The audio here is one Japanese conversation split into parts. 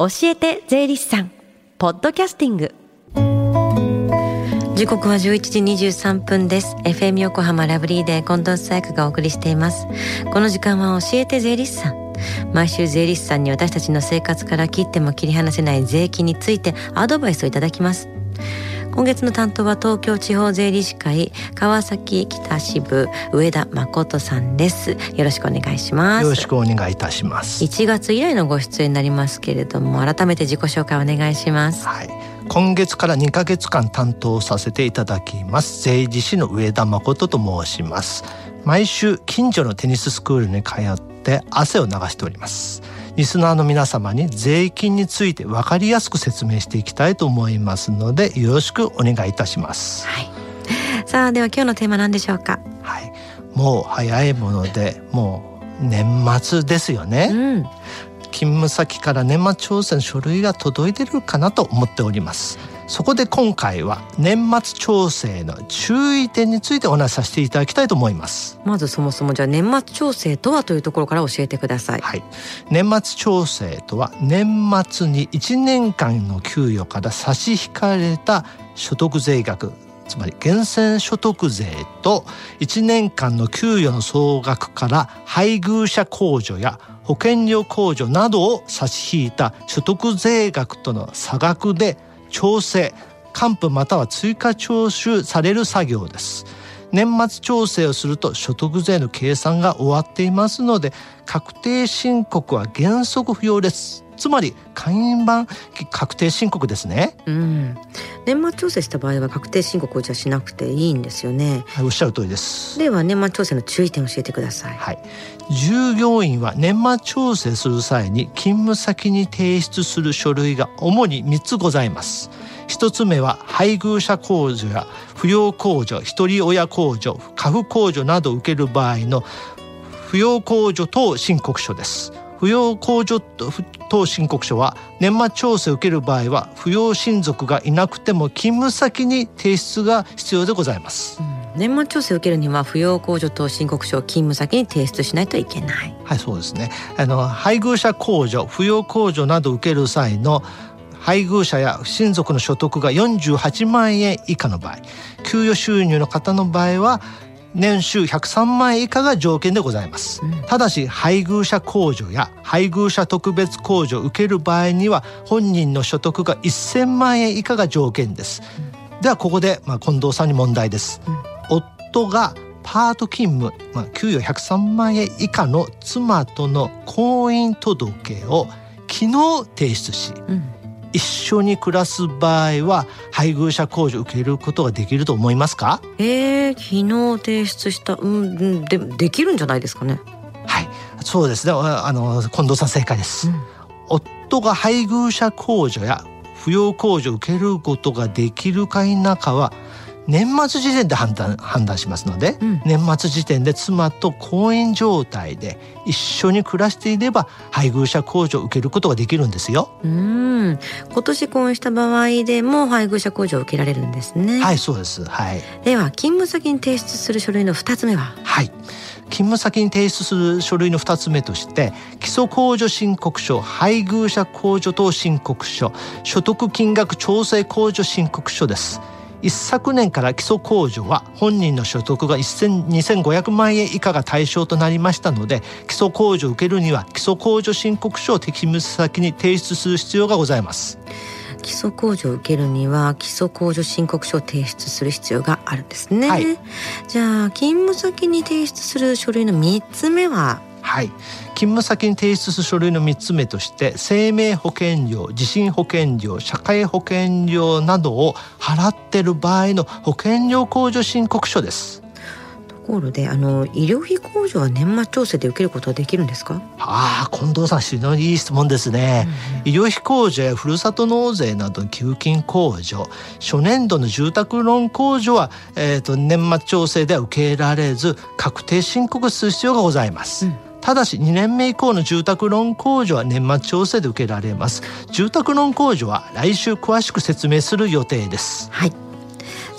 教えて税理士さんポッドキャスティング。時刻は11時23分です。 FM 横浜ラブリーで近藤紗友香がお送りしています。この時間は教えて税理士さん。毎週税理士さんに私たちの生活から切っても切り離せない税金についてアドバイスをいただきます。今月の担当は東京地方税理士会川崎北支部上田誠さんです。よろしくお願いします。 よろしくお願いいたします。 1月以来のご出演になりますけれども、改めて自己紹介お願いします。 はい、今月から2ヶ月間担当させていただきます税理士の上田誠と申します。毎週近所のテニススクールに通って汗を流しております。リスナーの皆様に税金について分かりやすく説明していきたいと思いますので、よろしくお願いいたします。 はい、さあでは今日のテーマ何でしょうか。 はい、もう早いものでもう年末ですよね。勤務先から年末調整の書類が届いているかなと思っております。そこで今回は年末調整の注意点についてお話しさせていただきたいと思います。 まずそもそもじゃあ年末調整とはというところから教えてください。 はい、年末調整とは年末に1年間の給与から差し引かれた所得税額、つまり源泉所得税と1年間の給与の総額から配偶者控除や保険料控除などを差し引いた所得税額との差額で調整、還付または追加徴収される作業です。年末調整をすると所得税の計算が終わっていますので、確定申告は原則不要です。つまり会員版確定申告ですね。 年末調整した場合は確定申告をじゃしなくていいんですよね。 はい、おっしゃる通りです。 では年末調整の注意点を教えてください。 はい、従業員は年末調整する際に勤務先に提出する書類が主に3つございます。1つ目は配偶者控除や扶養控除、一人親控除、家父控除などを受ける場合の扶養控除等申告書です。扶養控除等申告書は年末調整を受ける場合は扶養親族がいなくても勤務先に提出が必要でございます。 年末調整を受けるには扶養控除等申告書を勤務先に提出しないといけない。 はい、そうですね。配偶者控除、扶養控除などを受ける際の配偶者や親族の所得が48万円以下の場合、給与収入の方の場合は年収103万円以下が条件でございます。ただし配偶者控除や配偶者特別控除を受ける場合には本人の所得が1000万円以下が条件です。ではここで、近藤さんに問題です。夫がパート勤務、給与103万円以下の妻との婚姻届を昨日提出し、一緒に暮らす場合は配偶者控除を受けることができると思いますか？ 昨日提出した、できるんじゃないですかね。 はい、そうですね。近藤さん正解です。夫が配偶者控除や扶養控除を受けることができるか否かは年末時点で判断しますので、年末時点で妻と婚姻状態で一緒に暮らしていれば配偶者控除を受けることができるんですよ。 今年婚姻した場合でも配偶者控除を受けられるんですね。 はい、そうです。はい、 では勤務先に提出する書類の2つ目は？はい、 勤務先に提出する書類の2つ目として基礎控除申告書、配偶者控除等申告書、所得金額調整控除申告書です。一昨年から基礎控除は本人の所得が2500万円以下が対象となりましたので、基礎控除を受けるには基礎控除申告書を勤務先に提出する必要がございます。 基礎控除を受けるには基礎控除申告書を提出する必要があるんですね。はい、じゃあ勤務先に提出する書類の3つ目は？ はい、勤務先に提出する書類の3つ目として生命保険料、地震保険料、社会保険料などを払っている場合の保険料控除申告書です。 ところで医療費控除は年末調整で受けることはできるんですか？ 近藤さん非常にいい質問ですね。医療費控除やふるさと納税などの給付金控除、初年度の住宅ローン控除は、年末調整では受けられず確定申告する必要がございます。ただし2年目以降の住宅ローン控除は年末調整で受けられます。住宅ローン控除は来週詳しく説明する予定です。 はい、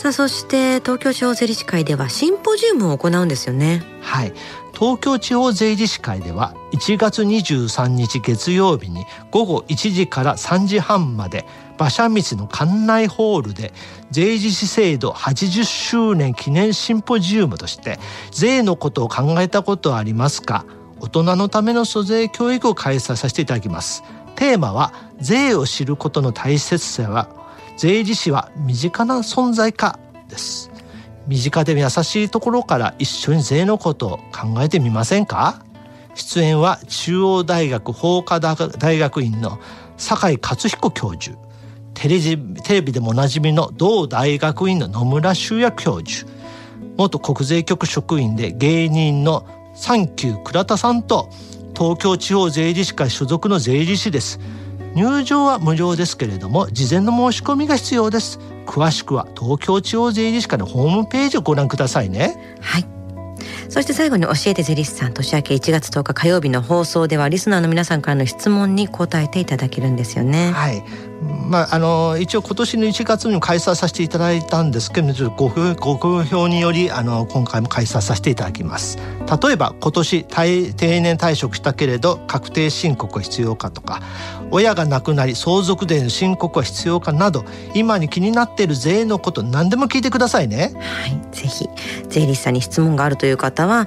さあ、そして東京地方税理士会ではシンポジウムを行うんですよね。 はい、東京地方税理士会では1月23日月曜日に午後1時から3時半まで馬車道の館内ホールで税理士制度80周年記念シンポジウムとして、税のことを考えたことはありますか、大人のための租税教育を開催させていただきます。テーマは税を知ることの大切さは税理士は身近な存在かです。身近で優しいところから一緒に税のことを考えてみませんか。出演は中央大学法科大学院の酒井勝彦教授、テレビでもおなじみの同大学院の野村修也教授、元国税局職員で芸人のサンキュー倉田さんと東京地方税理士会所属の税理士です。入場は無料ですけれども事前の申し込みが必要です。詳しくは東京地方税理士会のホームページをご覧くださいね。 はい。そして最後に教えて税理士さん、年明け1月10日火曜日の放送ではリスナーの皆さんからの質問に答えていただけるんですよね。 はい、一応今年の1月にも開催させていただいたんですけど、ちょっとご好評により今回も開催させていただきます。例えば今年定年退職したけれど確定申告は必要かとか、親が亡くなり相続税の申告は必要かなど、今に気になっている税のこと何でも聞いてくださいね。 はい、ぜひ税理士さんに質問があるという方は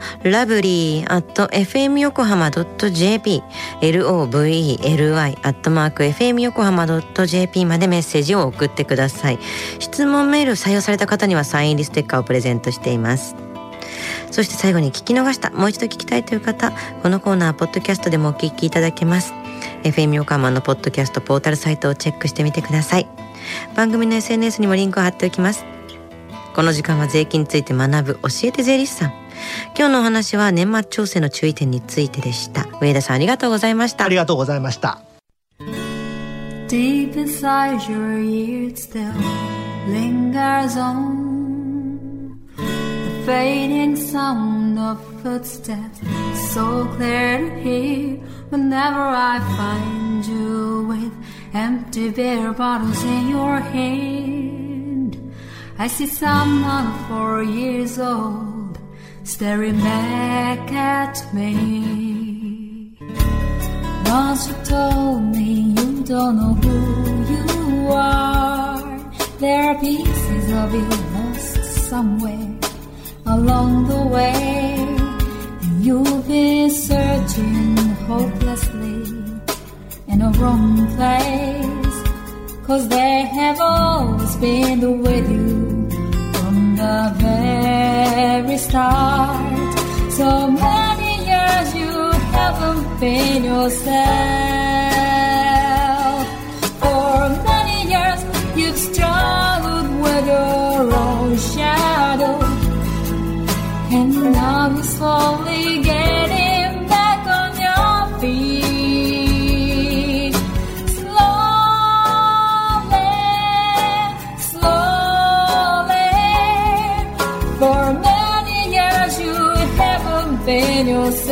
lovely@fmyokohama.jp lovely@fmyokohama.jp までメッセージを送ってください。質問メール採用された方にはサイン入りステッカーをプレゼントしています。そして最後に聞き逃した、もう一度聞きたいという方、このコーナーポッドキャストでもお聞きいただけます。FM 横浜のポッドキャストポータルサイトをチェックしてみてください。番組の SNS にもリンクを貼っておきます。この時間は税金について学ぶ教えて税理士さん。今日のお話は年末調整の注意点についてでした。上田さん、ありがとうございました。 ありがとうございました。 Deep inside your ear it still lingers on.The fading sound of footsteps, so clear to hear whenever I find you with empty beer bottles in your hand. I see someone 4 years old staring back at me. Once you told me you don't know who you are. There are pieces of you lost somewhere.Along the way, and you've been searching hopelessly in a wrong place, 'cause they have always been with you from the very start. So many years you haven't been yourself. For many years you've struggled with your own shadow.And now you're slowly getting back on your feet. Slowly, slowly. For many years you haven't been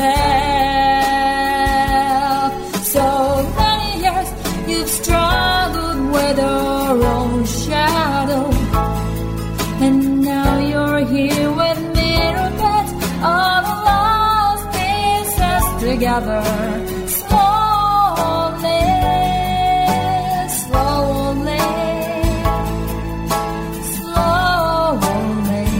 yourself. So many years you've struggled with your own shadow. And now you're here with me.All the lost pieces together, slowly, slowly, slowly,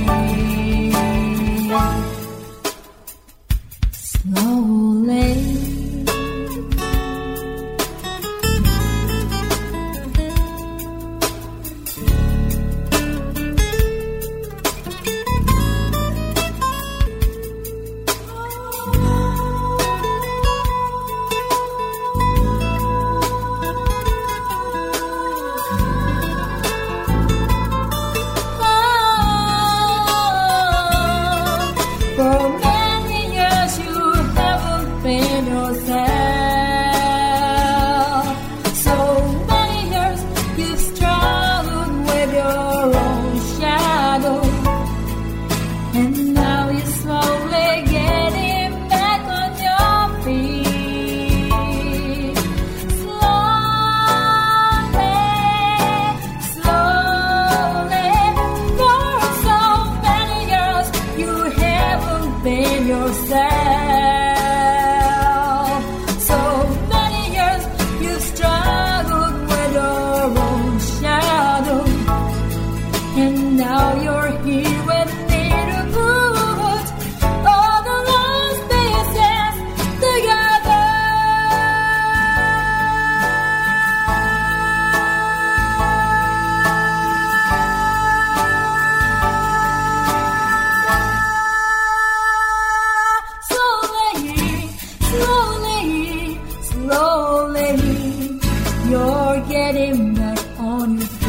slowly.Slowly getting back on your feet.